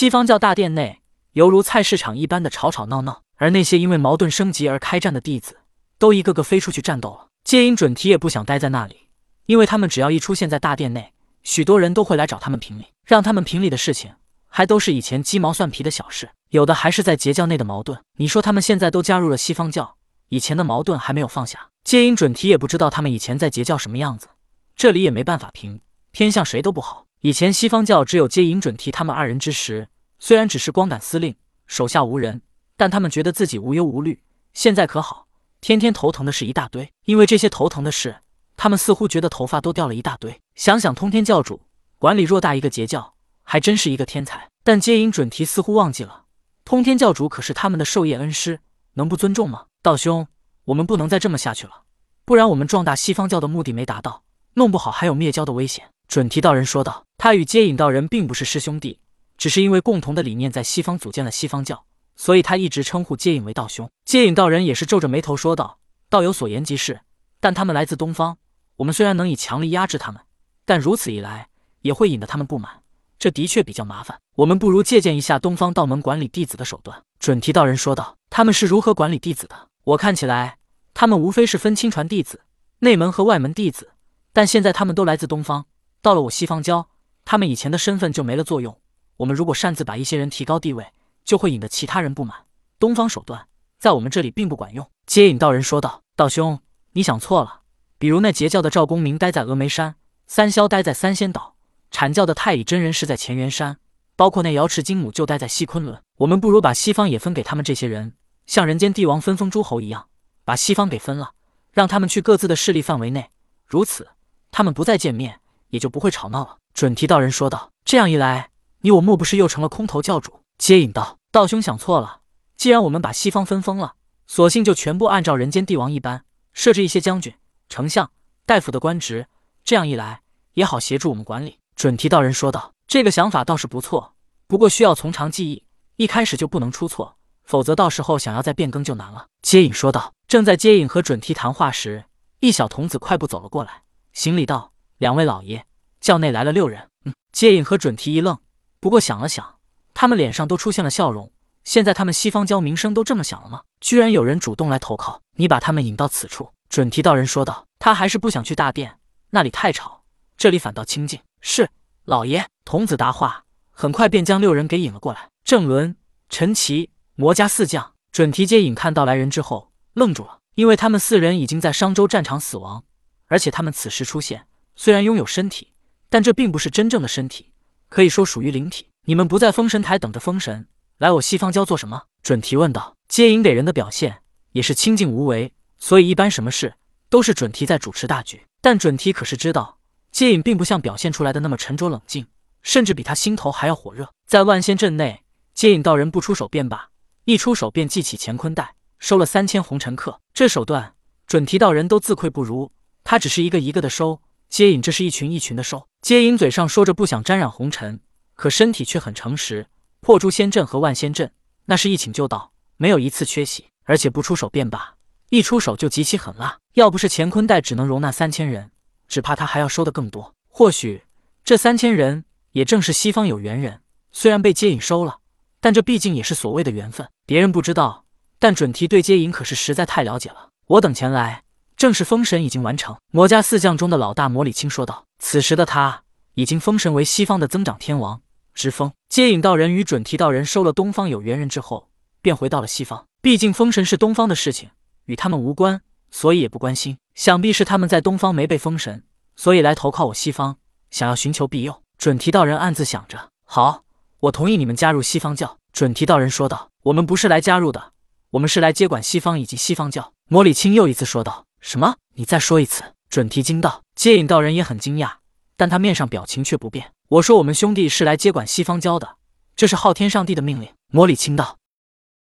西方教大殿内犹如菜市场一般的吵吵闹闹，而那些因为矛盾升级而开战的弟子，都一个个飞出去战斗了。接引准提也不想待在那里，因为他们只要一出现在大殿内，许多人都会来找他们评理，让他们评理的事情还都是以前鸡毛蒜皮的小事，有的还是在截教内的矛盾。你说他们现在都加入了西方教，以前的矛盾还没有放下。接引准提也不知道他们以前在截教什么样子，这里也没办法评，偏向谁都不好。以前西方教只有接引准提他们二人之时，虽然只是光杆司令，手下无人，但他们觉得自己无忧无虑。现在可好，天天头疼的是一大堆，因为这些头疼的事，他们似乎觉得头发都掉了一大堆。想想通天教主管理偌大一个截教，还真是一个天才。但接引准提似乎忘记了，通天教主可是他们的授业恩师，能不尊重吗？道兄，我们不能再这么下去了，不然我们壮大西方教的目的没达到，弄不好还有灭教的危险。准提道人说道。他与接引道人并不是师兄弟，只是因为共同的理念在西方组建了西方教，所以他一直称呼接引为道兄。接引道人也是皱着眉头说道，道有所言极是，但他们来自东方，我们虽然能以强力压制他们，但如此一来也会引得他们不满，这的确比较麻烦，我们不如借鉴一下东方道门管理弟子的手段。准提道人说道。他们是如何管理弟子的？我看起来他们无非是分亲传弟子，内门和外门弟子，但现在他们都来自东方，到了我西方教，他们以前的身份就没了作用，我们如果擅自把一些人提高地位，就会引得其他人不满，东方手段在我们这里并不管用。接引道人说道。道兄，你想错了，比如那截教的赵公明待在峨眉山，三霄待在三仙岛，阐教的太乙真人是在乾元山，包括那瑶池金母就待在西昆仑。我们不如把西方也分给他们这些人，像人间帝王分封诸侯一样，把西方给分了，让他们去各自的势力范围内，如此他们不再见面，也就不会吵闹了。准提道人说道。这样一来，你我莫不是又成了空头教主？接引道。道兄想错了，既然我们把西方分封了，索性就全部按照人间帝王一般，设置一些将军、丞相、大夫的官职，这样一来也好协助我们管理。准提道人说道。这个想法倒是不错，不过需要从长计议，一开始就不能出错，否则到时候想要再变更就难了。接引说道。正在接引和准提谈话时，一小童子快步走了过来，行礼道：两位老爷，教内来了6人。接引和准提一愣，不过想了想，他们脸上都出现了笑容。现在他们西方教名声都这么响了吗？居然有人主动来投靠，你把他们引到此处。准提道人说道。他还是不想去大殿，那里太吵，这里反倒清静。是，老爷。童子答话，很快便将6人给引了过来。郑伦、陈奇、魔家4将。准提接引看到来人之后愣住了，因为他们4人已经在商州战场死亡，而且他们此时出现，虽然拥有身体，但这并不是真正的身体，可以说属于灵体。你们不在封神台等着封神，来我西方教做什么？准提问道。接引给人的表现也是清静无为，所以一般什么事都是准提在主持大局。但准提可是知道，接引并不像表现出来的那么沉着冷静，甚至比他心头还要火热。在万仙阵内，接引道人不出手便罢，一出手便记起乾坤袋，收了3000红尘客。这手段准提道人都自愧不如，他只是一个一个的收，接引这是一群一群的收。接引嘴上说着不想沾染红尘，可身体却很诚实。破诛仙阵和万仙阵那是一请就到，没有一次缺席，而且不出手便罢，一出手就极其狠辣。要不是乾坤袋只能容纳3000人，只怕他还要收的更多。或许这3000人也正是西方有缘人，虽然被接引收了，但这毕竟也是所谓的缘分。别人不知道，但准提对接引可是实在太了解了。我等前来，正是封神已经完成。魔家4将中的老大魔礼青说道。此时的他已经封神为西方的增长天王之封。接引道人与准提道人收了东方有缘人之后，便回到了西方。毕竟封神是东方的事情，与他们无关，所以也不关心。想必是他们在东方没被封神，所以来投靠我西方，想要寻求庇佑。准提道人暗自想着，好，我同意你们加入西方教。准提道人说道。我们不是来加入的，我们是来接管西方以及西方教。魔礼青又一次说道。什么？你再说一次？准提惊道。接引道人也很惊讶，但他面上表情却不变。我说我们兄弟是来接管西方教的，这是昊天上帝的命令。魔礼青道。